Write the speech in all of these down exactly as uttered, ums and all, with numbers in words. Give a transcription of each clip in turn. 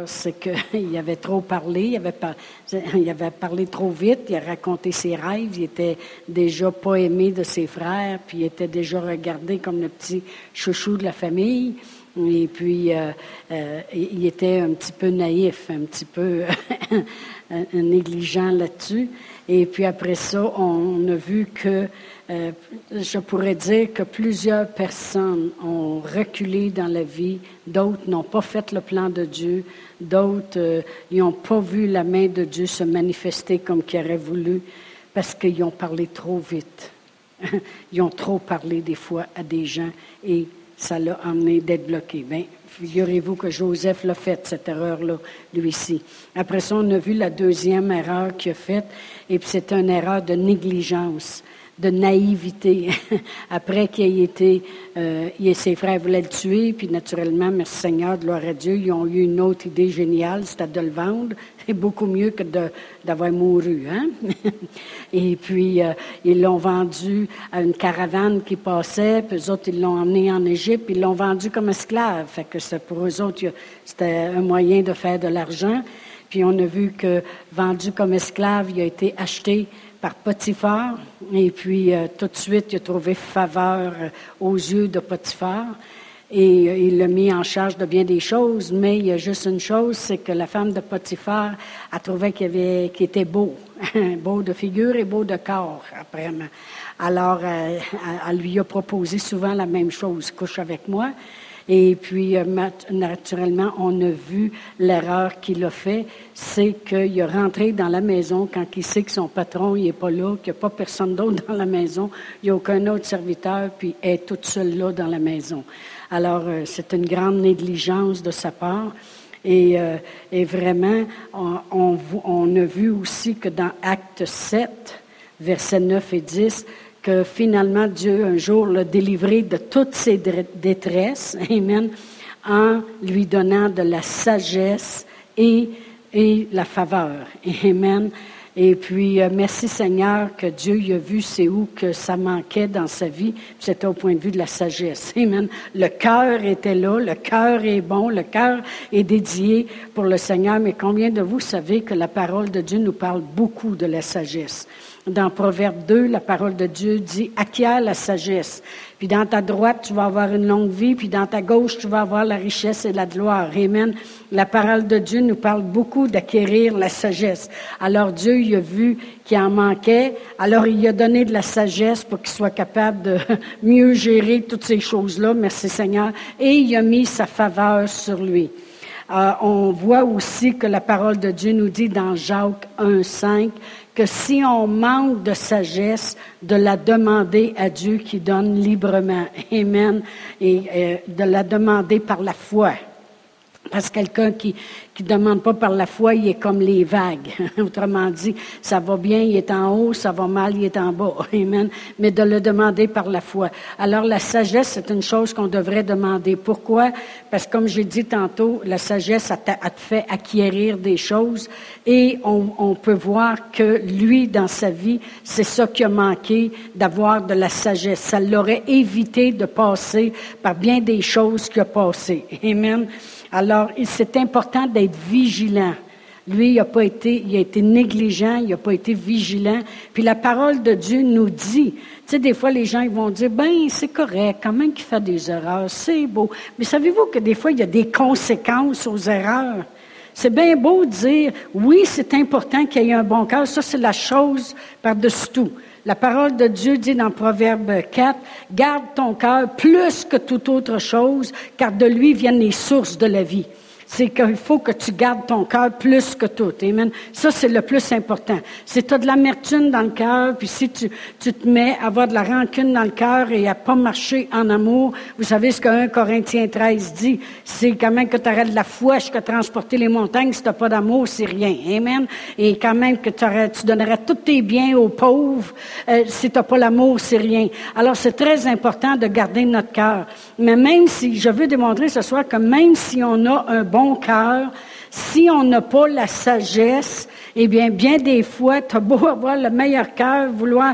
c'est qu'il avait trop parlé, il avait, par... il avait parlé trop vite, il a raconté ses rêves, il était déjà pas aimé de ses frères, puis il était déjà regardé comme le petit chouchou de la famille. Et puis, euh, euh, il était un petit peu naïf, un petit peu négligent là-dessus. Et puis après ça, on a vu que, euh, je pourrais dire que plusieurs personnes ont reculé dans la vie, d'autres n'ont pas fait le plan de Dieu, d'autres euh, n'ont pas vu la main de Dieu se manifester comme qu'ils auraient voulu, parce qu'ils ont parlé trop vite. Ils ont trop parlé des fois à des gens et ça l'a amené d'être bloqué. Bien, figurez-vous que Joseph l'a fait, cette erreur-là, lui-ci. Après ça, on a vu la deuxième erreur qu'il a faite, et puis c'est une erreur de négligence, de naïveté. Après qu'il ait été, euh, ses frères voulaient le tuer, puis naturellement, merci Seigneur, gloire à Dieu, ils ont eu une autre idée géniale, c'était de le vendre. C'est beaucoup mieux que de, d'avoir mouru, hein? Et puis, euh, ils l'ont vendu à une caravane qui passait, puis eux autres, ils l'ont emmené en Égypte, puis ils l'ont vendu comme esclave. Fait que c'est, pour eux autres, c'était un moyen de faire de l'argent. Puis on a vu que, vendu comme esclave, il a été acheté par Potiphar, et puis euh, tout de suite, il a trouvé faveur euh, aux yeux de Potiphar. Et euh, il l'a mis en charge de bien des choses, mais il y a juste une chose, c'est que la femme de Potiphar a trouvé qu'il, avait, qu'il était beau, beau de figure et beau de corps, après. Alors, euh, elle lui a proposé souvent la même chose, couche avec moi. Et puis, euh, naturellement, on a vu l'erreur qu'il a fait, c'est qu'il est rentré dans la maison quand il sait que son patron il est pas là, qu'il n'y a pas personne d'autre dans la maison, il n'y a aucun autre serviteur, puis elle est toute seule là dans la maison. Alors, euh, c'est une grande négligence de sa part. Et, euh, et vraiment, on, on, on a vu aussi que dans Acte sept, versets neuf et dix, que finalement, Dieu, un jour, l'a délivré de toutes ses détresses, amen, en lui donnant de la sagesse et, et la faveur, amen. Et puis, euh, merci Seigneur que Dieu il a vu c'est où que ça manquait dans sa vie. C'était au point de vue de la sagesse. Amen. Le cœur était là, le cœur est bon, le cœur est dédié pour le Seigneur. Mais combien de vous savez que la parole de Dieu nous parle beaucoup de la sagesse? Dans Proverbe deux, la parole de Dieu dit « Acquiert la sagesse ». Puis dans ta droite, tu vas avoir une longue vie, puis dans ta gauche, tu vas avoir la richesse et la gloire. Amen. La parole de Dieu nous parle beaucoup d'acquérir la sagesse. Alors Dieu, il a vu qu'il en manquait, alors il a donné de la sagesse pour qu'il soit capable de mieux gérer toutes ces choses-là, merci Seigneur, et il a mis sa faveur sur lui. Euh, on voit aussi que la parole de Dieu nous dit dans Jacques un cinq que si on manque de sagesse, de la demander à Dieu qui donne librement. Amen. Et euh, de la demander par la foi. Parce que quelqu'un qui qui demande pas par la foi, il est comme les vagues. Autrement dit, ça va bien, il est en haut, ça va mal, il est en bas. Amen. Mais de le demander par la foi. Alors la sagesse, c'est une chose qu'on devrait demander. Pourquoi? Parce que comme j'ai dit tantôt, la sagesse, elle te, elle te fait acquérir des choses et on, on peut voir que lui, dans sa vie, c'est ça qui a manqué, d'avoir de la sagesse. Ça l'aurait évité de passer par bien des choses qu'il a passées. Amen. Alors, c'est important d'être vigilant. Lui, il n'a pas été, il a été négligent, il n'a pas été vigilant. Puis la parole de Dieu nous dit, tu sais, des fois, les gens ils vont dire, ben, c'est correct, quand même qu'il fait des erreurs, c'est beau. Mais savez-vous que des fois, il y a des conséquences aux erreurs? C'est bien beau de dire, oui, c'est important qu'il y ait un bon cœur. Ça, c'est la chose par-dessus tout. La parole de Dieu dit dans Proverbe quatre, « Garde ton cœur plus que toute autre chose, car de lui viennent les sources de la vie. » C'est qu'il faut que tu gardes ton cœur plus que tout. Amen. Ça, c'est le plus important. Si tu as de l'amertume dans le cœur, puis si tu, tu te mets à avoir de la rancune dans le cœur et à pas marcher en amour, vous savez ce que un Corinthiens treize dit, c'est quand même que tu aurais de la foi jusqu'à transporter les montagnes, si tu n'as pas d'amour, c'est rien. Amen. Et quand même que tu donnerais tous tes biens aux pauvres, euh, si tu n'as pas l'amour, c'est rien. Alors, c'est très important de garder notre cœur. Mais même si, je veux démontrer ce soir que même si on a un bon bon cœur, si on n'a pas la sagesse, eh bien, bien des fois, tu as beau avoir le meilleur cœur, vouloir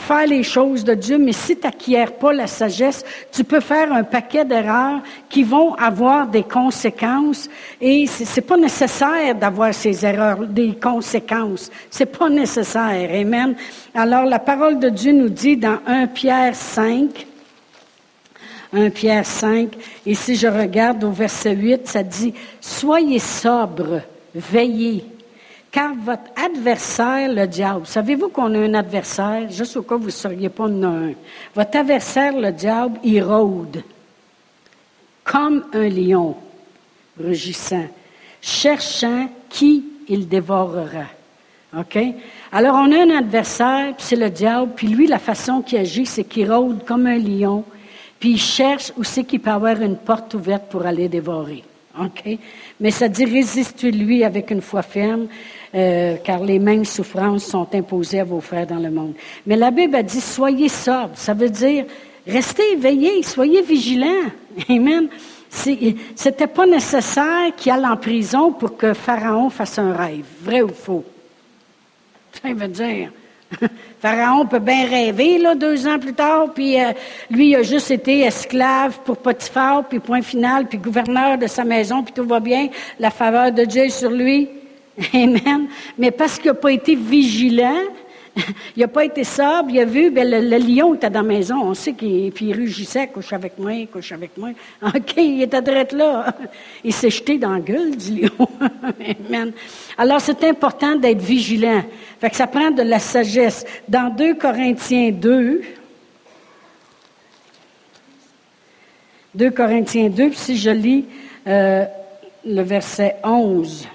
faire les choses de Dieu, mais si tu n'acquiers pas la sagesse, tu peux faire un paquet d'erreurs qui vont avoir des conséquences et c'est, c'est pas nécessaire d'avoir ces erreurs, des conséquences. C'est pas nécessaire. Amen. Alors, la parole de Dieu nous dit dans premier Pierre cinq, premier Pierre cinq, et si je regarde au verset huit, ça dit « Soyez sobres, veillez ». Car votre adversaire, le diable, savez-vous qu'on a un adversaire? Juste au cas où vous ne sauriez pas en un. Votre adversaire, le diable, il rôde comme un lion rugissant, cherchant qui il dévorera. OK? Alors, on a un adversaire, puis c'est le diable, puis lui, la façon qu'il agit, c'est qu'il rôde comme un lion, puis il cherche où c'est qu'il peut avoir une porte ouverte pour aller dévorer. OK? Mais ça dit, résistez-lui avec une foi ferme, euh, car les mêmes souffrances sont imposées à vos frères dans le monde. Mais la Bible a dit, soyez sobres. Ça veut dire, restez éveillés, soyez vigilants. Amen. C'est, c'était pas nécessaire qu'il aille en prison pour que Pharaon fasse un rêve. Vrai ou faux? Ça veut dire, Pharaon peut bien rêver, là, deux ans plus tard, puis euh, lui, il a juste été esclave pour Potiphar, puis point final, puis gouverneur de sa maison, puis tout va bien, la faveur de Dieu est sur lui. Amen. Mais parce qu'il n'a pas été vigilant, il n'a pas été sobre, il a vu, bien, le, le lion était dans la maison, on sait qu'il puis il rugissait, couche avec moi, couche avec moi. OK, il était direct là. Il s'est jeté dans la gueule du lion. Amen. Alors, c'est important d'être vigilant. Fait que ça prend de la sagesse. Dans deux Corinthiens deux, deux Corinthiens deux, puis si je lis euh, le verset onze.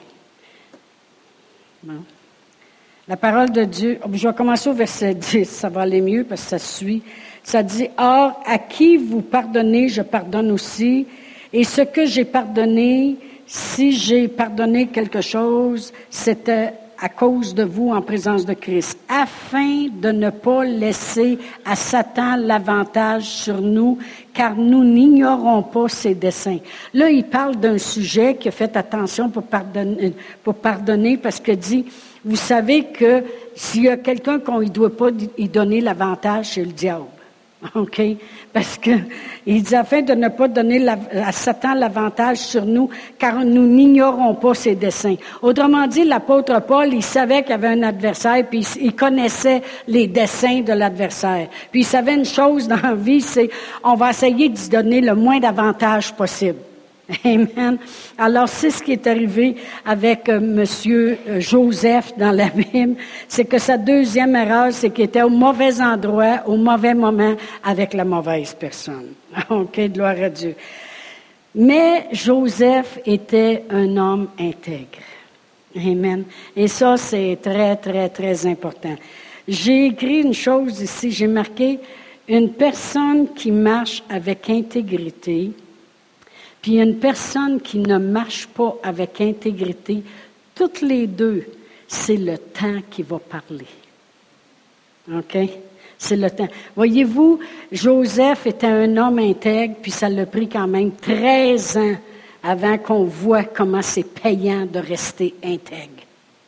Bon. La parole de Dieu, je vais commencer au verset dix, ça va aller mieux parce que ça suit. Ça dit, « Or, à qui vous pardonnez, je pardonne aussi, et ce que j'ai pardonné, si j'ai pardonné quelque chose, c'était à cause de vous en présence de Christ, afin de ne pas laisser à Satan l'avantage sur nous, car nous n'ignorons pas ses desseins. » Là, il parle d'un sujet qui a fait attention pour pardonner, pour pardonner parce qu'il dit, vous savez que s'il y a quelqu'un qu'on ne doit pas y donner l'avantage, c'est le diable. OK? Parce que il dit afin de ne pas donner la, à Satan l'avantage sur nous, car nous n'ignorons pas ses desseins. Autrement dit, l'apôtre Paul, il savait qu'il y avait un adversaire, puis il, il connaissait les desseins de l'adversaire. Puis il savait une chose dans la vie, c'est on va essayer d'y donner le moins d'avantages possible. Amen. Alors, c'est ce qui est arrivé avec euh, Monsieur Joseph dans la Bible. C'est que sa deuxième erreur, c'est qu'il était au mauvais endroit, au mauvais moment, avec la mauvaise personne. OK, gloire à Dieu. Mais Joseph était un homme intègre. Amen. Et ça, c'est très, très, très important. J'ai écrit une chose ici, j'ai marqué une personne qui marche avec intégrité. Puis une personne qui ne marche pas avec intégrité, toutes les deux, c'est le temps qui va parler. OK? C'est le temps. Voyez-vous, Joseph était un homme intègre, puis ça l'a pris quand même treize ans avant qu'on voit comment c'est payant de rester intègre.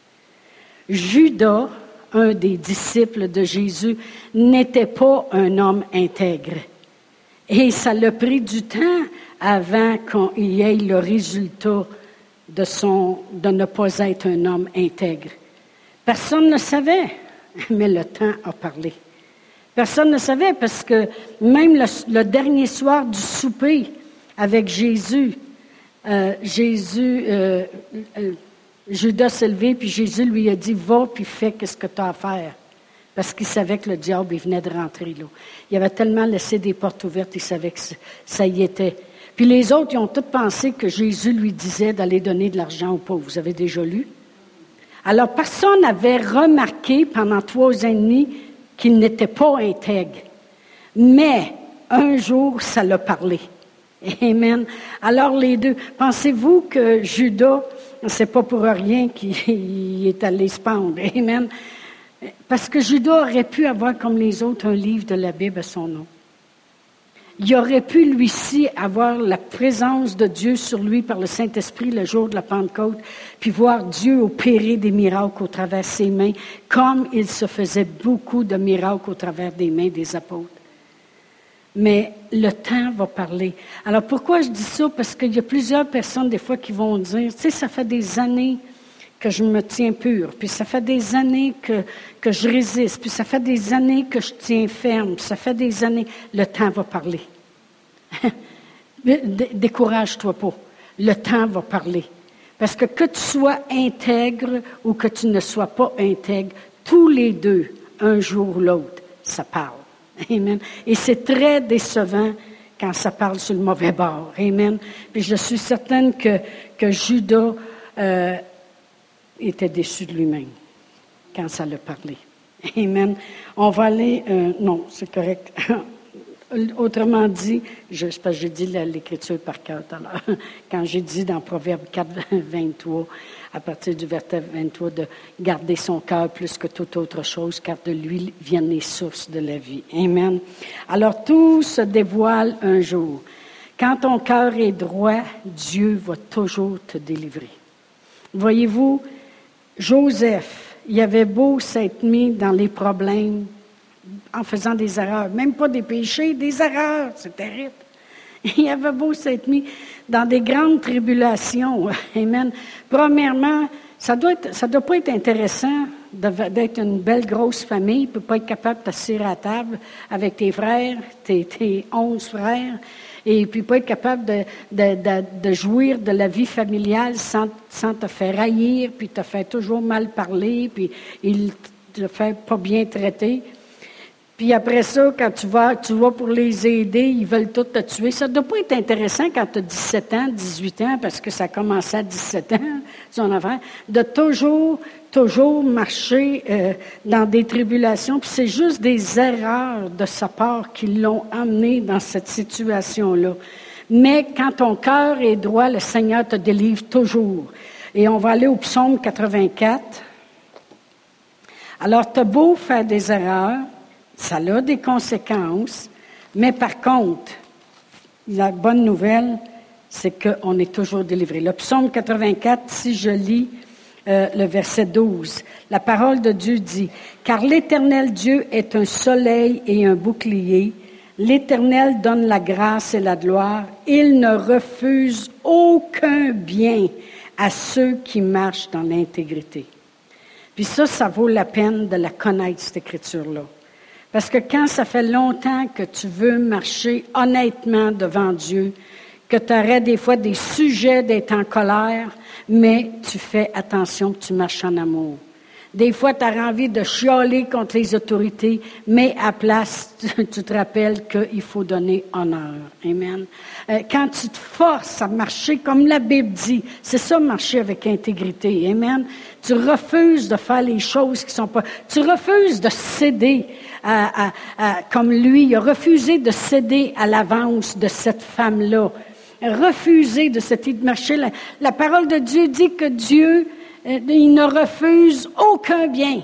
Judas, un des disciples de Jésus, n'était pas un homme intègre. Et ça l'a pris du temps avant qu'il y ait le résultat de, son, de ne pas être un homme intègre. Personne ne savait, mais le temps a parlé. Personne ne savait parce que même le, le dernier soir du souper avec Jésus, euh, Jésus, euh, euh, Judas s'est levé, puis Jésus lui a dit, va puis fais ce que tu as à faire. Parce qu'il savait que le diable, il venait de rentrer là. Il avait tellement laissé des portes ouvertes, il savait que ça y était. Puis les autres, ils ont tous pensé que Jésus lui disait d'aller donner de l'argent aux pauvres. Vous avez déjà lu? Alors, personne n'avait remarqué pendant trois ans et demi qu'il n'était pas intègre. Mais, un jour, ça l'a parlé. Amen. Alors, les deux, pensez-vous que Judas, c'est pas pour rien qu'il est allé se pendre. Amen. Parce que Judas aurait pu avoir, comme les autres, un livre de la Bible à son nom. Il aurait pu, lui-ci, avoir la présence de Dieu sur lui par le Saint-Esprit le jour de la Pentecôte, puis voir Dieu opérer des miracles au travers de ses mains, comme il se faisait beaucoup de miracles au travers des mains des apôtres. Mais le temps va parler. Alors pourquoi je dis ça? Parce qu'il y a plusieurs personnes des fois qui vont dire, tu sais, ça fait des années que je me tiens pure, puis ça fait des années que, que je résiste, puis ça fait des années que je tiens ferme, puis ça fait des années, le temps va parler. Décourage-toi pas, le temps va parler. Parce que que tu sois intègre ou que tu ne sois pas intègre, tous les deux, un jour ou l'autre, ça parle. Amen. Et c'est très décevant quand ça parle sur le mauvais bord. Amen. Puis je suis certaine que, que Judas euh, était déçu de lui-même quand ça l'a parlé. Amen. On va aller... Euh, non, c'est correct. Autrement dit, je, parce que j'ai dit l'Écriture par cœur tout à l'heure, quand j'ai dit dans Proverbe quatre, vingt-trois, à partir du verset vingt-trois, de garder son cœur plus que toute autre chose, car de lui viennent les sources de la vie. Amen. Alors, tout se dévoile un jour. Quand ton cœur est droit, Dieu va toujours te délivrer. Voyez-vous, Joseph, il avait beau s'être mis dans les problèmes en faisant des erreurs, même pas des péchés, des erreurs, c'est terrible. Il avait beau s'être mis dans des grandes tribulations. Amen. Premièrement, ça doit être, ça doit pas être intéressant d'être une belle grosse famille, tu ne peux pas être capable de t'asseoir à la table avec tes frères, tes, tes onze frères, et puis pas être capable de, de, de, de jouir de la vie familiale sans, sans te faire haïr, puis te faire toujours mal parler, puis il te fait pas bien traiter. Puis après ça, quand tu vas, tu vas pour les aider, ils veulent tous te tuer. Ça ne doit pas être intéressant quand tu as dix-sept ans, dix-huit ans, parce que ça a commencé à dix-sept ans, son affaire, de toujours, toujours marcher euh, dans des tribulations. Puis c'est juste des erreurs de sa part qui l'ont amené dans cette situation-là. Mais quand ton cœur est droit, le Seigneur te délivre toujours. Et on va aller au psaume quatre-vingt-quatre. Alors, tu as beau faire des erreurs, ça a des conséquences, mais par contre, la bonne nouvelle, c'est qu'on est toujours délivré. Le psaume quatre-vingt-quatre, si je lis euh, le verset douze, la parole de Dieu dit, « Car l'Éternel Dieu est un soleil et un bouclier, l'Éternel donne la grâce et la gloire, il ne refuse aucun bien à ceux qui marchent dans l'intégrité. » Puis ça, ça vaut la peine de la connaître, cette écriture-là. Parce que quand ça fait longtemps que tu veux marcher honnêtement devant Dieu, que tu aurais des fois des sujets d'être en colère, mais tu fais attention que tu marches en amour. Des fois, tu as envie de chialer contre les autorités, mais à place, tu te rappelles qu'il faut donner honneur. Amen. Euh, quand tu te forces à marcher comme la Bible dit, c'est ça, marcher avec intégrité. Amen. Tu refuses de faire les choses qui sont pas... Tu refuses de céder à, à, à, comme lui. Il a refusé de céder à l'avance de cette femme-là. Refuser de céder de marcher. La, la parole de Dieu dit que Dieu... il ne refuse aucun bien.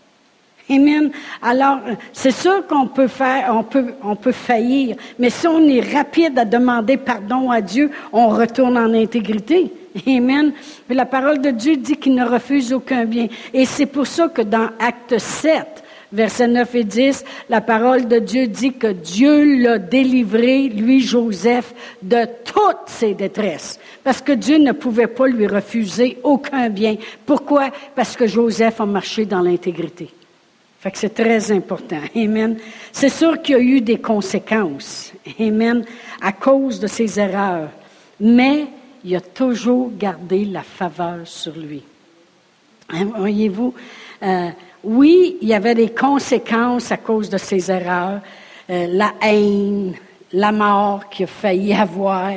Amen. Alors, c'est sûr qu'on peut faire, on peut, on peut faillir, mais si on est rapide à demander pardon à Dieu, on retourne en intégrité. Amen. Mais la parole de Dieu dit qu'il ne refuse aucun bien. Et c'est pour ça que dans Acte sept, versets neuf et dix, la parole de Dieu dit que Dieu l'a délivré, lui, Joseph, de toutes ses détresses. Parce que Dieu ne pouvait pas lui refuser aucun bien. Pourquoi? Parce que Joseph a marché dans l'intégrité. Fait que c'est très important. Amen. C'est sûr qu'il y a eu des conséquences. Amen. À cause de ses erreurs. Mais il a toujours gardé la faveur sur lui. Hein, voyez-vous, euh, oui, il y avait des conséquences à cause de ses erreurs. Euh, la haine, la mort qu'il a failli avoir,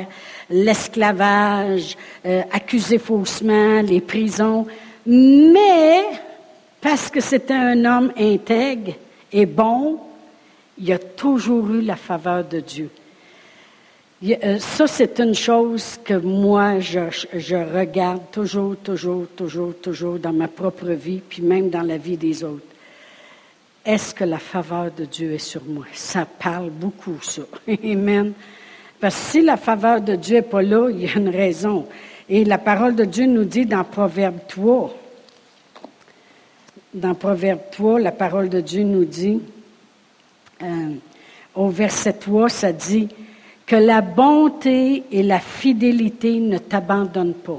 l'esclavage, euh, accusé faussement, les prisons. Mais, parce que c'était un homme intègre et bon, il a toujours eu la faveur de Dieu. Il, euh, ça, c'est une chose que moi, je, je regarde toujours, toujours, toujours, toujours dans ma propre vie, puis même dans la vie des autres. est-ce que la faveur de Dieu est sur moi? Ça parle beaucoup, ça. Amen. Parce que si la faveur de Dieu n'est pas là, il y a une raison. Et la parole de Dieu nous dit dans Proverbe trois, dans Proverbe trois, la parole de Dieu nous dit, euh, au verset trois, ça dit que la bonté et la fidélité ne t'abandonnent pas.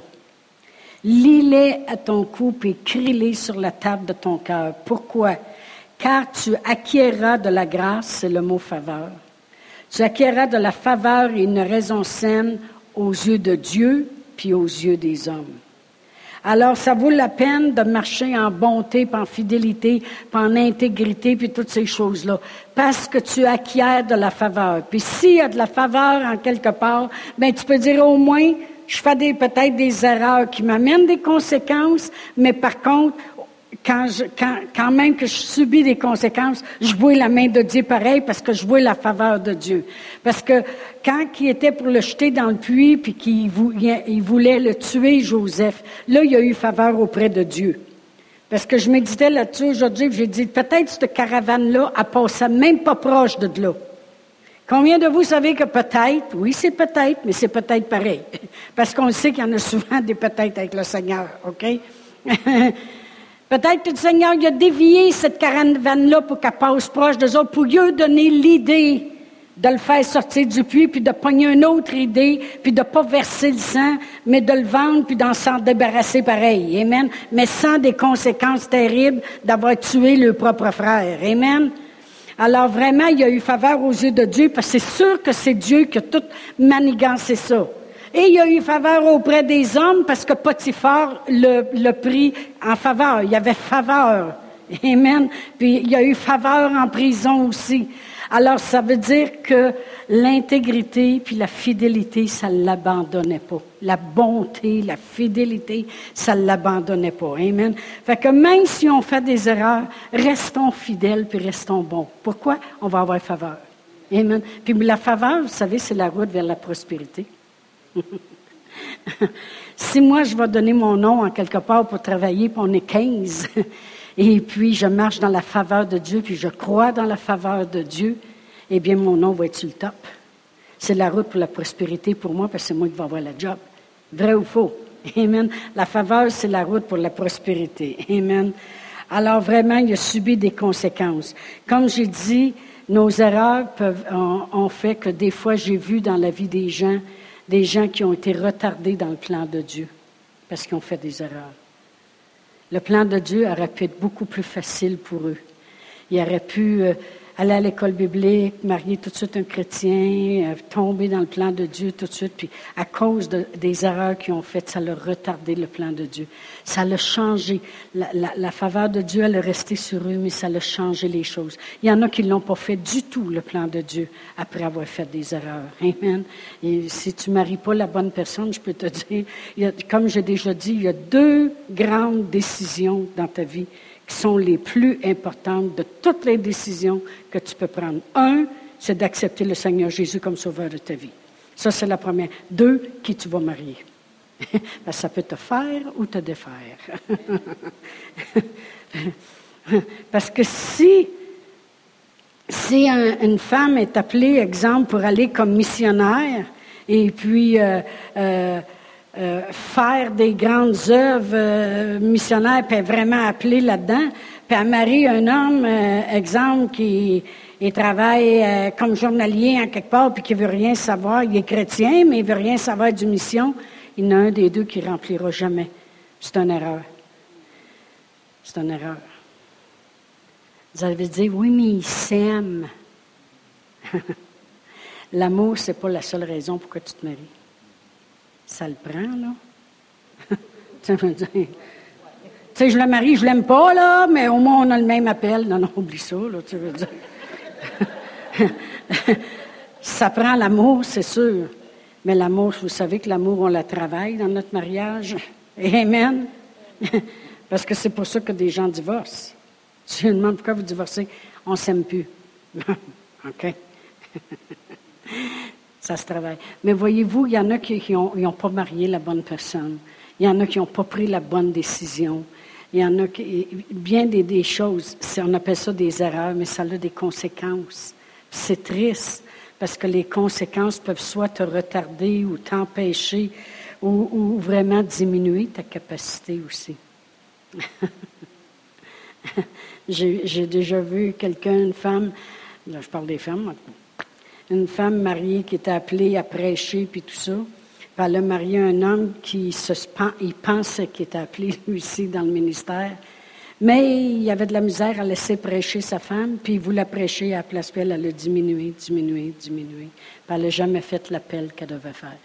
Lis-les à ton cou et écris-les sur la table de ton cœur. Pourquoi? Car tu acquerras de la grâce, c'est le mot faveur. Tu acquerras de la faveur et une raison saine aux yeux de Dieu puis aux yeux des hommes. Alors, ça vaut la peine de marcher en bonté, puis en fidélité, puis en intégrité, puis toutes ces choses-là. Parce que tu acquiers de la faveur. Puis s'il y a de la faveur en quelque part, ben tu peux dire au moins, je fais des, peut-être des erreurs qui m'amènent des conséquences, mais par contre, quand, je, quand, quand même que je subis des conséquences, je vois la main de Dieu pareil parce que je vois la faveur de Dieu. Parce que quand il était pour le jeter dans le puits puis qu'il il voulait le tuer, Joseph, là, il y a eu faveur auprès de Dieu. Parce que je méditais là-dessus aujourd'hui, j'ai dit, peut-être cette caravane-là, elle passait même pas proche de là. Combien de vous savez que peut-être, oui, c'est peut-être, mais c'est peut-être pareil. Parce qu'on sait qu'il y en a souvent des peut-être avec le Seigneur, OK? Peut-être que le Seigneur il a dévié cette caravane-là pour qu'elle passe proche d'eux autres, pour lui donner l'idée de le faire sortir du puits, puis de pogner une autre idée, puis de ne pas verser le sang, mais de le vendre, puis d'en s'en débarrasser pareil. Amen. Mais sans des conséquences terribles d'avoir tué le propre frère. Amen. Alors vraiment, il y a eu faveur aux yeux de Dieu, parce que c'est sûr que c'est Dieu qui a tout manigancé ça. Et il y a eu faveur auprès des hommes, parce que Potiphar le, le prit en faveur. Il y avait faveur. Amen. Puis il y a eu faveur en prison aussi. Alors, ça veut dire que l'intégrité puis la fidélité, ça ne l'abandonnait pas. La bonté, la fidélité, ça ne l'abandonnait pas. Amen. Fait que même si on fait des erreurs, restons fidèles puis restons bons. Pourquoi? On va avoir faveur. Amen. Puis la faveur, vous savez, c'est la route vers la prospérité. Si moi, je vais donner mon nom en quelque part pour travailler, puis on est quinze... Et puis, je marche dans la faveur de Dieu, puis je crois dans la faveur de Dieu, eh bien, mon nom va être sur le top. C'est la route pour la prospérité pour moi, parce que c'est moi qui vais avoir la job. Vrai ou faux? Amen. La faveur, c'est la route pour la prospérité. Amen. Alors, vraiment, il a subi des conséquences. Comme j'ai dit, nos erreurs peuvent, ont, ont fait que des fois, j'ai vu dans la vie des gens, des gens qui ont été retardés dans le plan de Dieu, parce qu'ils ont fait des erreurs. Le plan de Dieu aurait pu être beaucoup plus facile pour eux. Ils auraient pu euh, aller à l'école biblique, marier tout de suite un chrétien, euh, tomber dans le plan de Dieu tout de suite. Puis à cause de, des erreurs qu'ils ont faites, ça l'a retardé le plan de Dieu. Ça l'a changé. La, la, la faveur de Dieu, elle est restée sur eux, mais ça l'a changé les choses. Il y en a qui ne l'ont pas fait du tout, le plan de Dieu, après avoir fait des erreurs. Amen. Et si tu ne maries pas la bonne personne, je peux te dire, il y a, comme j'ai déjà dit, il y a deux grandes décisions dans ta vie qui sont les plus importantes de toutes les décisions que tu peux prendre. Un, c'est d'accepter le Seigneur Jésus comme sauveur de ta vie. Ça, c'est la première. Deux, qui tu vas marier. Parce que ça peut te faire ou te défaire. Parce que si, si un, une femme est appelée, exemple, pour aller comme missionnaire, et puis euh, euh, euh, faire des grandes œuvres euh, missionnaires, puis elle est vraiment appelée là-dedans, puis elle marie un homme, euh, exemple, qui il travaille euh, comme journalier en quelque part, puis qui ne veut rien savoir, il est chrétien, mais il ne veut rien savoir d'une mission, il y en a un des deux qui ne remplira jamais. C'est une erreur. C'est une erreur. Vous allez dire, oui, mais il s'aime. L'amour, ce n'est pas la seule raison pourquoi tu te maries. Ça le prend, là. Tu veux dire, tu sais, je le marie, je l'aime pas, là, mais au moins on a le même appel. Non, non, oublie ça, là, tu veux dire. Ça prend l'amour, c'est sûr. Mais l'amour, vous savez que l'amour, on la travaille dans notre mariage. Amen. Parce que c'est pour ça que des gens divorcent. Si je demande pourquoi vous divorcez, on ne s'aime plus. OK? Ça se travaille. Mais voyez-vous, il y en a qui n'ont pas marié la bonne personne. Il y en a qui n'ont pas pris la bonne décision. Il y en a qui, bien des, des choses, on appelle ça des erreurs, mais ça a des conséquences. C'est triste, parce que les conséquences peuvent soit te retarder ou t'empêcher, ou, ou vraiment diminuer ta capacité aussi. j'ai, j'ai déjà vu quelqu'un, une femme, là je parle des femmes, une femme mariée qui était appelée à prêcher, puis tout ça. Puis elle a marié un homme qui se, il pensait qu'il était appelé lui aussi dans le ministère. Mais il y avait de la misère à laisser prêcher sa femme, puis il voulait prêcher à la place, puis elle, elle a diminué, diminué, diminué. Puis elle n'a jamais fait l'appel qu'elle devait faire.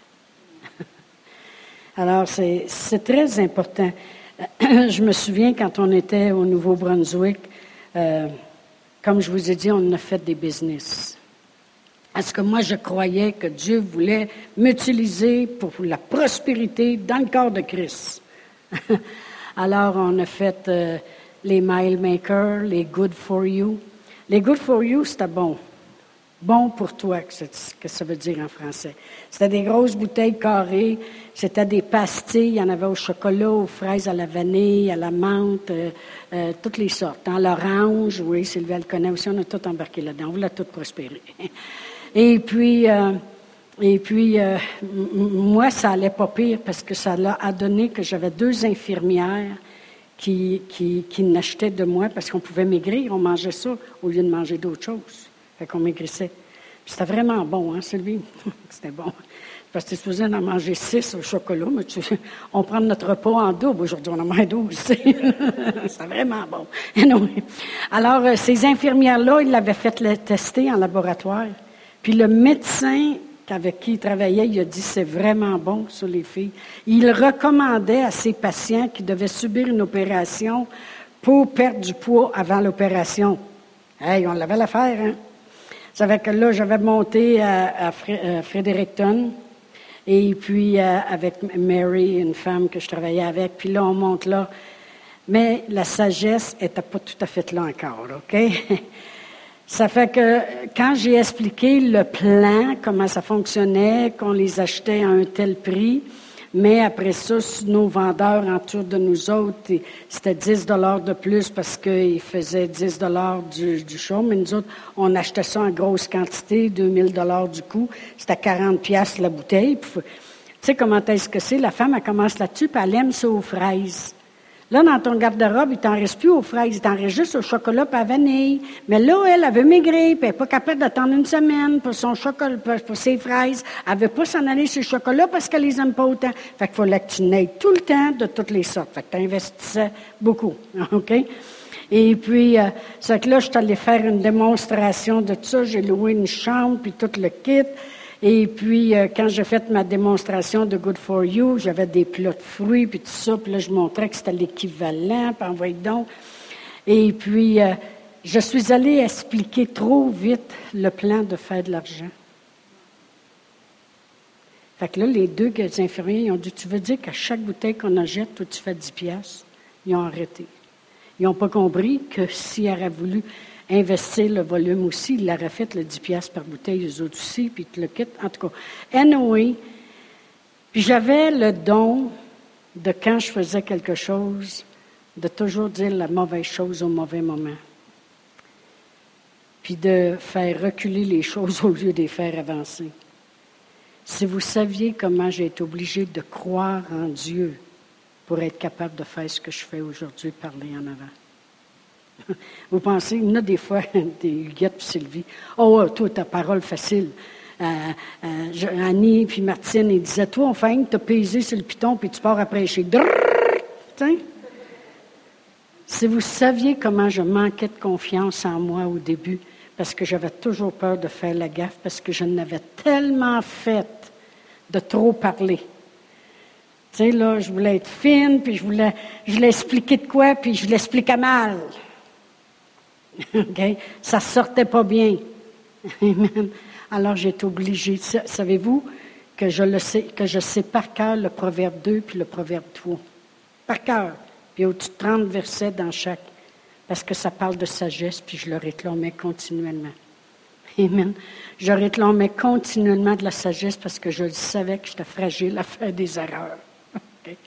Alors, c'est, c'est très important. Je me souviens quand on était au Nouveau-Brunswick, euh, comme je vous ai dit, on a fait des business. Parce que moi, je croyais que Dieu voulait m'utiliser pour la prospérité dans le corps de Christ. Alors, on a fait euh, les Mile Makers, les Good for You. Les Good for You, c'était bon. Bon pour toi, que, que ça veut dire en français. C'était des grosses bouteilles carrées, c'était des pastilles, il y en avait au chocolat, aux fraises, à la vanille, à la menthe, euh, euh, toutes les sortes. Dans l'orange, oui, Sylvie, elle connaît aussi, on a tout embarqué là-dedans, on voulait tout prospérer. Et puis, euh, et puis euh, m- moi, ça allait pas pire parce que ça a donné que j'avais deux infirmières qui, qui, qui n'achetaient de moi parce qu'on pouvait maigrir, on mangeait ça au lieu de manger d'autres choses. Fait qu'on maigrissait. Puis c'était vraiment bon, hein, Sylvie? C'était bon. Parce que tu es supposé en manger six au chocolat, mais tu, on prend notre repas en double. Aujourd'hui, on en mange douze. C'était vraiment bon. Anyway. Alors, euh, ces infirmières-là, ils l'avaient fait le tester en laboratoire. Puis le médecin avec qui il travaillait, il a dit c'est vraiment bon sur les filles. Il recommandait à ses patients qui devaient subir une opération pour perdre du poids avant l'opération. Hey, on l'avait l'affaire, hein? Ça fait que là, j'avais monté à, à, Fré, à Fredericton, et puis euh, avec Mary, une femme que je travaillais avec, puis là, on monte là. Mais la sagesse n'était pas tout à fait là encore, OK? Ça fait que quand j'ai expliqué le plan, comment ça fonctionnait, qu'on les achetait à un tel prix, mais après ça, nos vendeurs autour de nous autres, c'était dix dollars de plus parce qu'ils faisaient dix dollars du, du show, mais nous autres, on achetait ça en grosse quantité, deux mille dollars du coup, c'était quarante piastres la bouteille. Tu sais comment est-ce que c'est? La femme, elle commence là-dessus, puis elle aime ça aux fraises. Là, dans ton garde-robe, il t'en reste plus aux fraises, il t'en reste juste au chocolat et à la vanille. Mais là, elle, elle veut maigrir, puis elle n'est pas capable d'attendre une semaine pour son chocolat, pour ses fraises. Elle ne veut pas s'en aller sur le chocolat parce qu'elle les aime pas autant. Fait qu'il fallait que tu n'aies tout le temps de toutes les sortes. Fait que tu investissais beaucoup, OK? Et puis, euh, c'est que là, je suis allée faire une démonstration de tout ça. J'ai loué une chambre, puis tout le kit. Et puis, euh, quand j'ai fait ma démonstration de Good for You, j'avais des plats de fruits, puis tout ça, puis là, je montrais que c'était l'équivalent, puis envoyez donc. Et puis, euh, je suis allée expliquer trop vite le plan de faire de l'argent. Fait que là, les deux infirmiers, ils ont dit, tu veux dire qu'à chaque bouteille qu'on achète, toi, tu fais dix piastres? Ils ont arrêté. Ils n'ont pas compris que s'ils auraient voulu investir le volume aussi, il l'aurait fait le dix piastres par bouteille, eux autres aussi, puis tu le quittes. En tout cas, anyway, puis j'avais le don de, quand je faisais quelque chose, de toujours dire la mauvaise chose au mauvais moment. Puis de faire reculer les choses au lieu de les faire avancer. Si vous saviez comment j'ai été obligée de croire en Dieu pour être capable de faire ce que je fais aujourd'hui, parler en avant. Vous pensez, il y en a des fois, des Huguette et Sylvie. Oh, toi, ta parole facile. Euh, euh, Annie puis Martine, ils disaient, toi, on fait rien que t'as pesé sur le piton puis tu pars à prêcher. Si vous saviez comment je manquais de confiance en moi au début, parce que j'avais toujours peur de faire la gaffe, parce que je n'avais tellement fait de trop parler. Tu sais, là, je voulais être fine, puis je voulais, je voulais expliquer de quoi, puis je l'expliquais mal. OK? Ça sortait pas bien. Amen. Alors, j'ai été obligée. Savez-vous que je le sais, que je sais par cœur le proverbe deux puis le proverbe trois. Par cœur. Puis au-dessus de trente versets dans chaque. Parce que ça parle de sagesse, puis je le réclamais continuellement. Amen. Je réclamais continuellement de la sagesse parce que je savais que j'étais fragile à faire des erreurs. Okay?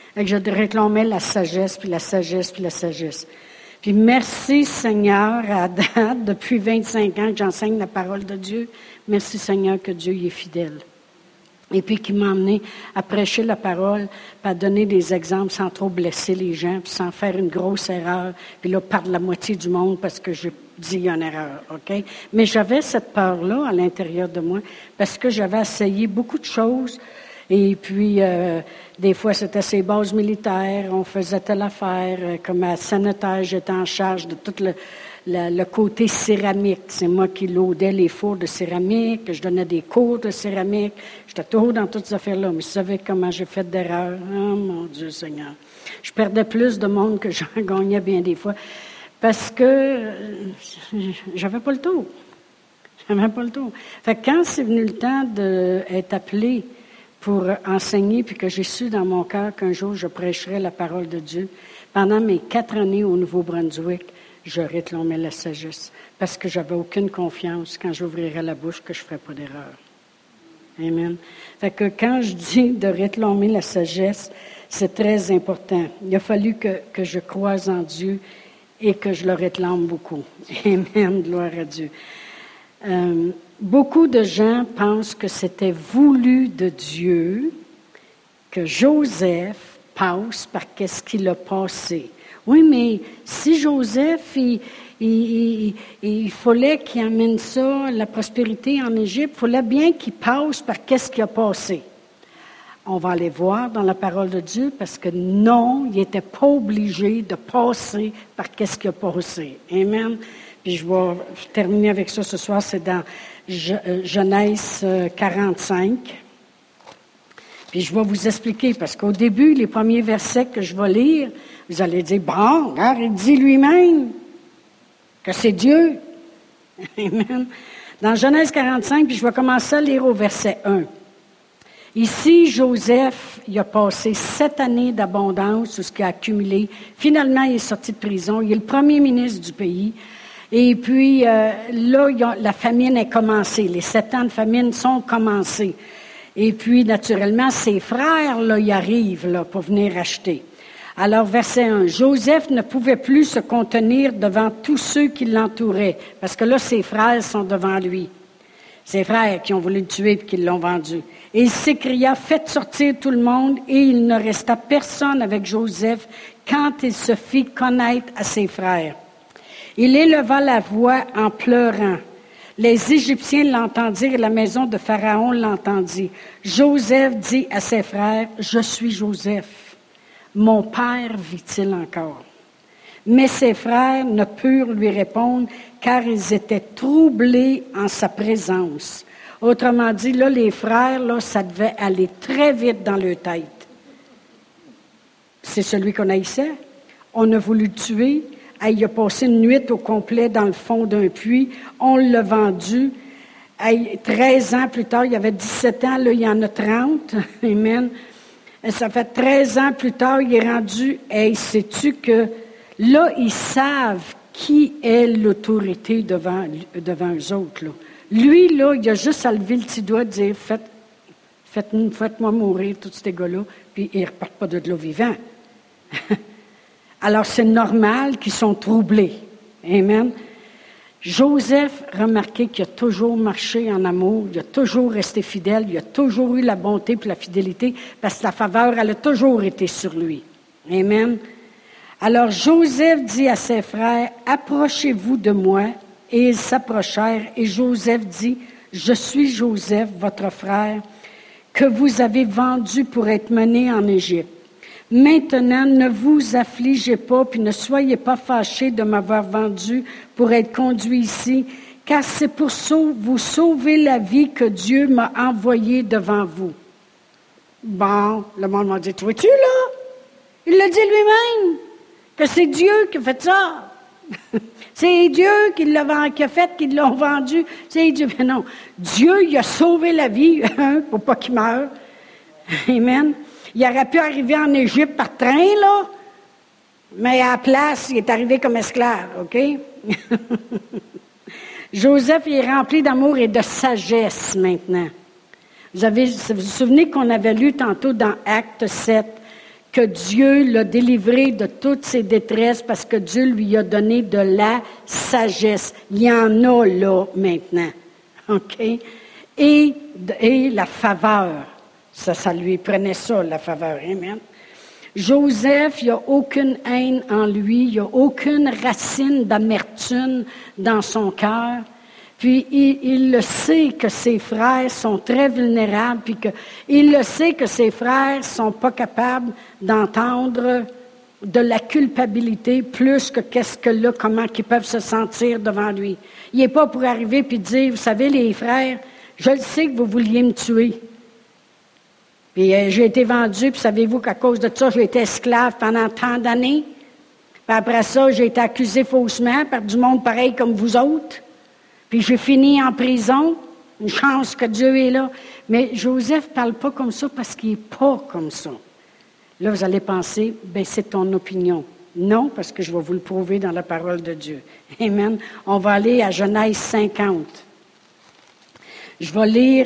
Et que je réclamais la sagesse, puis la sagesse, puis la sagesse. Puis merci Seigneur, à date, depuis vingt-cinq ans que j'enseigne la parole de Dieu, merci Seigneur que Dieu y est fidèle. Et puis qui m'a amené à prêcher la parole, puis à donner des exemples sans trop blesser les gens, puis sans faire une grosse erreur, puis là, perdre la moitié du monde parce que j'ai dit une erreur, OK? Mais j'avais cette peur-là à l'intérieur de moi, parce que j'avais essayé beaucoup de choses, et puis euh, des fois c'était ces bases militaires, on faisait telle affaire, euh, comme à Sanitaire, j'étais en charge de tout le... Le, le côté céramique, c'est moi qui laudais les fours de céramique, je donnais des cours de céramique, j'étais toujours dans toutes ces affaires-là, mais vous savez comment j'ai fait d'erreurs, oh mon Dieu Seigneur. Je perdais plus de monde que j'en gagnais bien des fois, parce que euh, j'avais pas le tour, j'avais pas le tour. Fait que quand c'est venu le temps d'être appelé pour enseigner, puis que j'ai su dans mon cœur qu'un jour je prêcherais la parole de Dieu, pendant mes quatre années au Nouveau-Brunswick, je réclamais la sagesse, parce que j'avais aucune confiance quand j'ouvrirais la bouche que je ne ferais pas d'erreur. Amen. Fait que quand je dis de réclamer la sagesse, c'est très important. Il a fallu que, que je croise en Dieu et que je le réclame beaucoup. Amen, gloire à Dieu. Euh, beaucoup de gens pensent que c'était voulu de Dieu que Joseph passe par qu'est-ce qu'il a passé. Oui, mais si Joseph, il, il, il, il fallait qu'il amène ça, la prospérité en Égypte, il fallait bien qu'il passe par qu'est-ce qui a passé. On va aller voir dans la parole de Dieu, parce que non, il n'était pas obligé de passer par qu'est-ce qui a passé. Amen. Puis je vais terminer avec ça ce soir, c'est dans Genèse quarante-cinq. Puis je vais vous expliquer, parce qu'au début, les premiers versets que je vais lire, vous allez dire, bon, regarde, il dit lui-même que c'est Dieu. Amen. Dans Genèse quarante-cinq, puis je vais commencer à lire au verset un. Ici, Joseph, il a passé sept années d'abondance, tout ce qu'il a accumulé. Finalement, il est sorti de prison. Il est le premier ministre du pays. Et puis, euh, là, il a, la famine est commencée. Les sept ans de famine sont commencés. Et puis, naturellement, ses frères, là, y arrivent, là, pour venir acheter. Alors, verset un, Joseph ne pouvait plus se contenir devant tous ceux qui l'entouraient, parce que là, ses frères sont devant lui. Ses frères qui ont voulu le tuer et qui l'ont vendu. Et il s'écria, faites sortir tout le monde, et il ne resta personne avec Joseph quand il se fit connaître à ses frères. Il éleva la voix en pleurant. Les Égyptiens l'entendirent et la maison de Pharaon l'entendit. Joseph dit à ses frères, « Je suis Joseph. Mon père vit-il encore? » Mais ses frères ne purent lui répondre, car ils étaient troublés en sa présence. Autrement dit, là, les frères, là, ça devait aller très vite dans leur tête. C'est celui qu'on haïssait. On a voulu le tuer. Il a passé une nuit au complet dans le fond d'un puits. On l'a vendu. treize ans plus tard, il y avait dix-sept ans, là, il y en a trente. Amen. Ça fait treize ans plus tard, il est rendu. Hey, sais-tu que là, ils savent qui est l'autorité devant, devant eux autres, là. Lui, là, il a juste à lever le petit doigt et dire, Faites, faites, faites-moi mourir, tous ces gars-là, puis ils ne repartent pas de là vivant. Alors, c'est normal qu'ils sont troublés. Amen. Joseph, remarquez qu'il a toujours marché en amour, il a toujours resté fidèle, il a toujours eu la bonté et la fidélité, parce que la faveur, elle a toujours été sur lui. Amen. Alors, Joseph dit à ses frères, « Approchez-vous de moi. » Et ils s'approchèrent, et Joseph dit, « Je suis Joseph, votre frère, que vous avez vendu pour être mené en Égypte. Maintenant, ne vous affligez pas, puis ne soyez pas fâchés de m'avoir vendu pour être conduit ici, car c'est pour vous sauver la vie que Dieu m'a envoyé devant vous. » Bon, le monde m'a dit, « Tu vois-tu là? Il l'a dit lui-même, que c'est Dieu qui a fait ça. » C'est Dieu qui l'a qui a fait, qui l'ont vendu. C'est Dieu. Mais non, Dieu, il a sauvé la vie, hein, pour pas qu'il meure. Amen. Il aurait pu arriver en Égypte par train, là, mais à la place, il est arrivé comme esclave, OK? Joseph, il est rempli d'amour et de sagesse maintenant. Vous avez, vous vous souvenez qu'on avait lu tantôt dans Acte sept que Dieu l'a délivré de toutes ses détresses parce que Dieu lui a donné de la sagesse. Il y en a là maintenant. OK? Et, et la faveur. Ça, ça lui prenait ça, la faveur. Amen. Joseph, il n'y a aucune haine en lui, il n'y a aucune racine d'amertume dans son cœur. Puis il, il le sait que ses frères sont très vulnérables, puis que, il le sait que ses frères ne sont pas capables d'entendre de la culpabilité plus que qu'est-ce que là, comment ils peuvent se sentir devant lui. Il n'est pas pour arriver puis dire, vous savez les frères, je le sais que vous vouliez me tuer. Puis euh, j'ai été vendu, puis savez-vous qu'à cause de ça, j'ai été esclave pendant tant d'années. Puis après ça, j'ai été accusé faussement par du monde pareil comme vous autres. Puis j'ai fini en prison. Une chance que Dieu est là. Mais Joseph ne parle pas comme ça parce qu'il n'est pas comme ça. Là, vous allez penser, ben c'est ton opinion. Non, parce que je vais vous le prouver dans la parole de Dieu. Amen. On va aller à Genèse cinquante. Je vais lire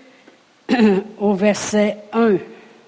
au verset un.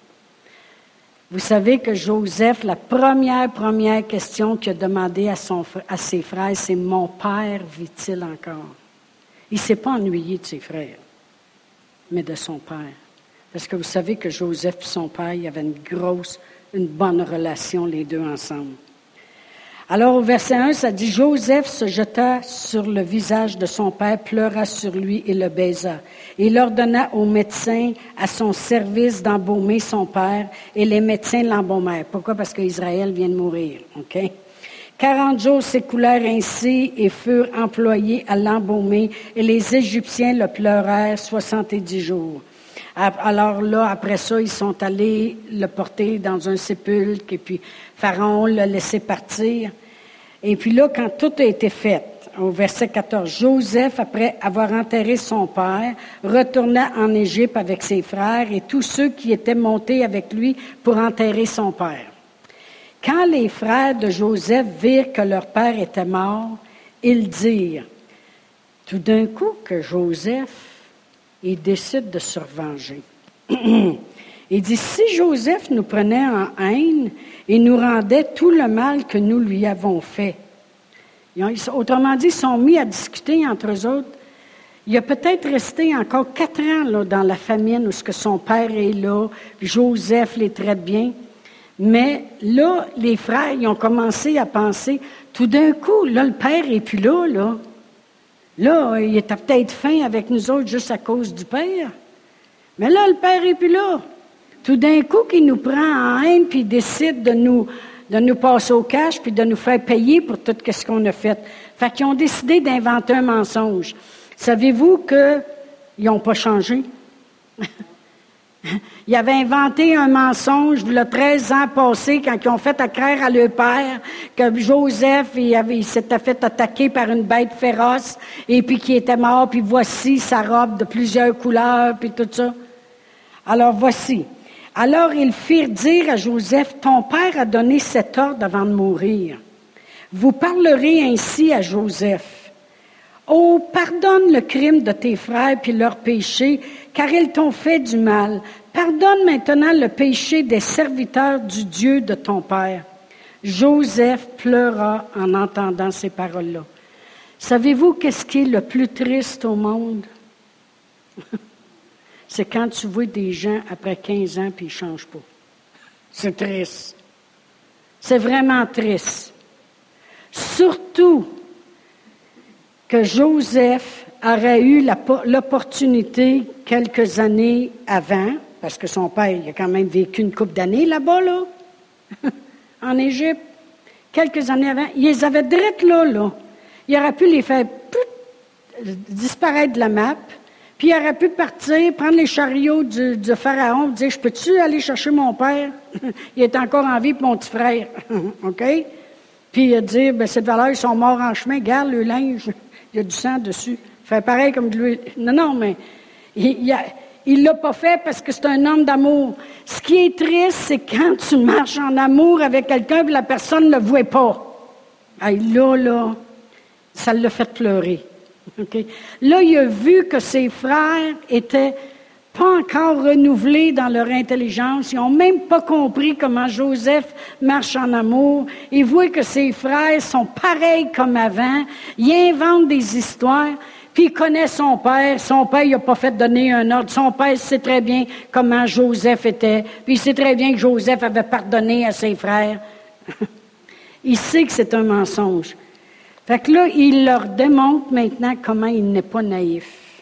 Vous savez que Joseph, la première, première question qu'il a demandé à, son, à ses frères, c'est « Mon père vit-il encore? » Il ne s'est pas ennuyé de ses frères, mais de son père. Parce que vous savez que Joseph et son père, il y avait une grosse, une bonne relation, les deux ensemble. Alors au verset un, ça dit « Joseph se jeta sur le visage de son père, pleura sur lui et le baisa. Il ordonna aux médecins à son service d'embaumer son père, et les médecins l'embaumèrent. » Pourquoi? Parce qu'Israël vient de mourir. OK? Quarante jours s'écoulèrent ainsi et furent employés à l'embaumer, et les Égyptiens le pleurèrent soixante-dix jours. Alors là, après ça, ils sont allés le porter dans un sépulcre, et puis Pharaon l'a laissé partir. Et puis là, quand tout a été fait, au verset quatorze, Joseph, après avoir enterré son père, retourna en Égypte avec ses frères et tous ceux qui étaient montés avec lui pour enterrer son père. Quand les frères de Joseph virent que leur père était mort, ils dirent, tout d'un coup que Joseph, il décide de se revenger. Il dit, si Joseph nous prenait en haine et nous rendait tout le mal que nous lui avons fait. Autrement dit, ils sont mis à discuter entre eux autres. Il a peut-être resté encore quatre ans là, dans la famine où ce que son père est là, puis Joseph les traite bien. Mais là, les frères, ils ont commencé à penser, tout d'un coup, là, le père n'est plus là, là. Là, il était peut-être fin avec nous autres juste à cause du père. Mais là, le père n'est plus là. Tout d'un coup, qu'il nous prend en haine, puis il décide de nous, de nous passer au cash, puis de nous faire payer pour tout ce qu'on a fait. Fait qu'ils ont décidé d'inventer un mensonge. Savez-vous qu'ils n'ont pas changé? Ils avaient inventé un mensonge, il y a treize ans passés, quand ils ont fait accraire à leur père que Joseph il avait, il s'était fait attaquer par une bête féroce, et puis qu'il était mort, puis voici sa robe de plusieurs couleurs, puis tout ça. Alors voici. Alors ils firent dire à Joseph, ton père a donné cet ordre avant de mourir. Vous parlerez ainsi à Joseph. Oh, pardonne le crime de tes frères puis leur péché, car ils t'ont fait du mal. Pardonne maintenant le péché des serviteurs du Dieu de ton père. Joseph pleura en entendant ces paroles-là. Savez-vous qu'est-ce qui est le plus triste au monde? C'est quand tu vois des gens après quinze ans puis ils ne changent pas. C'est triste. C'est vraiment triste. Surtout que Joseph aurait eu la, l'opportunité quelques années avant, parce que son père il a quand même vécu une couple d'années là-bas, là, en Égypte, quelques années avant, il les avait drettes là, là. Il aurait pu les faire put, disparaître de la map, puis il aurait pu partir, prendre les chariots du, du pharaon, dire, je peux-tu aller chercher mon père? Il est encore en vie, puis mon petit frère. OK? Puis il a dit, ben, cette valeur, ils sont morts en chemin, garde le linge. Il y a du sang dessus. Fait pareil comme de l'huile. Non, non, mais il ne l'a pas fait parce que c'est un homme d'amour. Ce qui est triste, c'est quand tu marches en amour avec quelqu'un et la personne ne le voit pas. Hey, là, là, ça l'a fait pleurer. Okay? Là, il a vu que ses frères étaient pas encore renouvelés dans leur intelligence. Ils n'ont même pas compris comment Joseph marche en amour. Ils voient que ses frères sont pareils comme avant. Ils inventent des histoires. Puis il connaît son père. Son père, il n'a pas fait donner un ordre. Son père sait très bien comment Joseph était. Puis il sait très bien que Joseph avait pardonné à ses frères. Il sait que c'est un mensonge. Fait que là, il leur démontre maintenant comment il n'est pas naïf.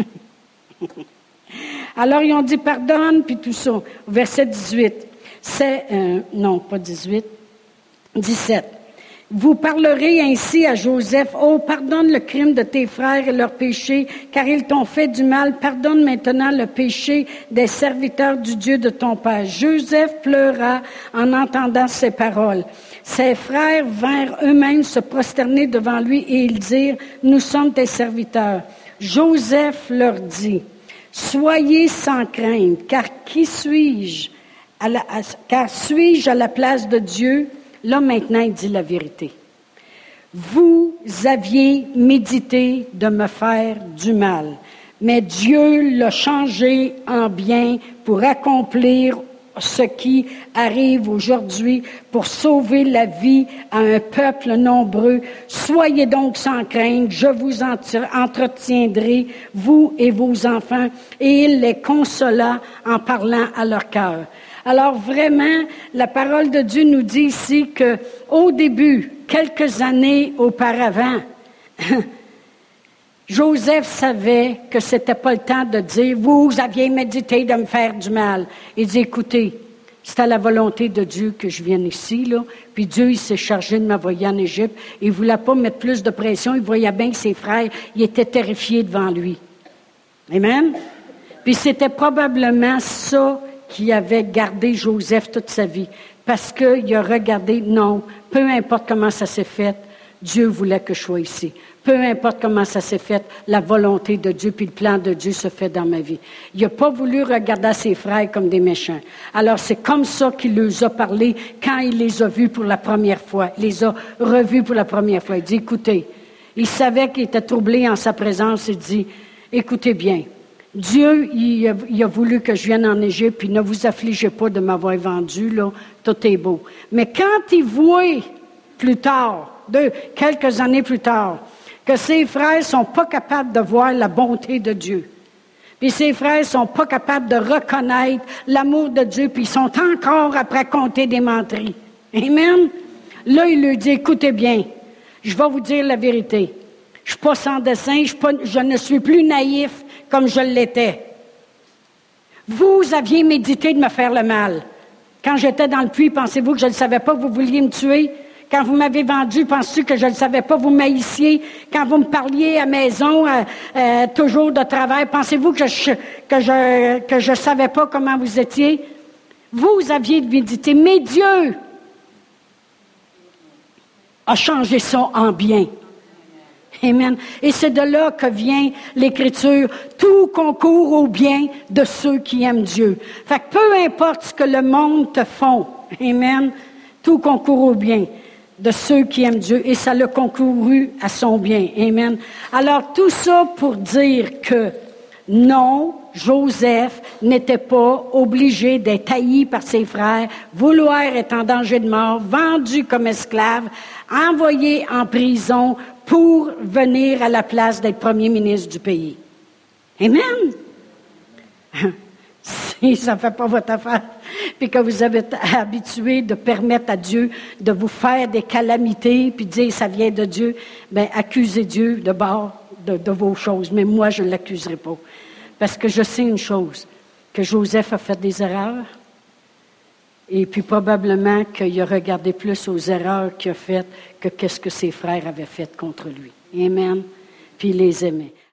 Alors, ils ont dit pardonne, puis tout ça. Verset dix-huit. C'est, euh, non, pas dix-huit, dix-sept. Vous parlerez ainsi à Joseph, « Oh, pardonne le crime de tes frères et leurs péchés, car ils t'ont fait du mal. Pardonne maintenant le péché des serviteurs du Dieu de ton père. » Joseph pleura en entendant ces paroles. Ses frères vinrent eux-mêmes se prosterner devant lui et ils dirent, « Nous sommes tes serviteurs. » Joseph leur dit, « Soyez sans crainte, car qui suis-je? À la, à, car suis-je à la place de Dieu? » Là, maintenant, il dit la vérité. Vous aviez médité de me faire du mal, mais Dieu l'a changé en bien pour accomplir ce qui arrive aujourd'hui, pour sauver la vie à un peuple nombreux. Soyez donc sans crainte, je vous entretiendrai, vous et vos enfants. Et il les consola en parlant à leur cœur. Alors vraiment, la parole de Dieu nous dit ici que, au début, quelques années auparavant, Joseph savait que c'était pas le temps de dire, vous aviez médité de me faire du mal. Il dit, écoutez, c'est à la volonté de Dieu que je vienne ici, là. Puis Dieu, il s'est chargé de m'envoyer en Égypte. Il voulait pas mettre plus de pression. Il voyait bien que ses frères, ils étaient terrifiés devant lui. Amen? Puis c'était probablement ça qui avait gardé Joseph toute sa vie. Parce qu'il a regardé, non, peu importe comment ça s'est fait, Dieu voulait que je sois ici. Peu importe comment ça s'est fait, la volonté de Dieu puis le plan de Dieu se fait dans ma vie. Il n'a pas voulu regarder ses frères comme des méchants. Alors c'est comme ça qu'il leur a parlé quand il les a vus pour la première fois. Il les a revus pour la première fois. Il dit, écoutez, il savait qu'il était troublé en sa présence. Il dit, écoutez bien, Dieu, il a, il a voulu que je vienne en Égypte, puis ne vous affligez pas de m'avoir vendu, là, tout est beau. Mais quand il voit, plus tard, deux, quelques années plus tard, que ses frères sont pas capables de voir la bonté de Dieu, puis ses frères sont pas capables de reconnaître l'amour de Dieu, puis ils sont encore après compter des menteries. Amen? Là, il lui dit, écoutez bien, je vais vous dire la vérité. Je suis pas sans dessein, je, suis pas, je ne suis plus naïf comme je l'étais. Vous aviez médité de me faire le mal. Quand j'étais dans le puits, pensez-vous que je ne savais pas que vous vouliez me tuer? Quand vous m'avez vendu, pensez-vous que je ne savais pas vous m'haïssiez? Quand vous me parliez à maison, euh, euh, toujours de travers, pensez-vous que je que je que je savais pas comment vous étiez? Vous aviez médité, mais Dieu a changé ça en bien. Amen. Et c'est de là que vient l'Écriture. Tout concourt au bien de ceux qui aiment Dieu. Fait que peu importe ce que le monde te font, amen, tout concourt au bien de ceux qui aiment Dieu. Et ça l'a concouru à son bien. Amen. Alors tout ça pour dire que non, Joseph n'était pas obligé d'être haï par ses frères, vouloir être en danger de mort, vendu comme esclave, envoyé en prison pour venir à la place d'être premier ministre du pays. Amen. Si ça ne fait pas votre affaire, puis que vous avez été habitué de permettre à Dieu de vous faire des calamités, puis dire ça vient de Dieu, bien, accusez Dieu de bord de, de vos choses. Mais moi, je ne l'accuserai pas. Parce que je sais une chose, que Joseph a fait des erreurs, et puis probablement qu'il a regardé plus aux erreurs qu'il a faites que qu'est-ce que ses frères avaient fait contre lui. Amen. Puis il les aimait.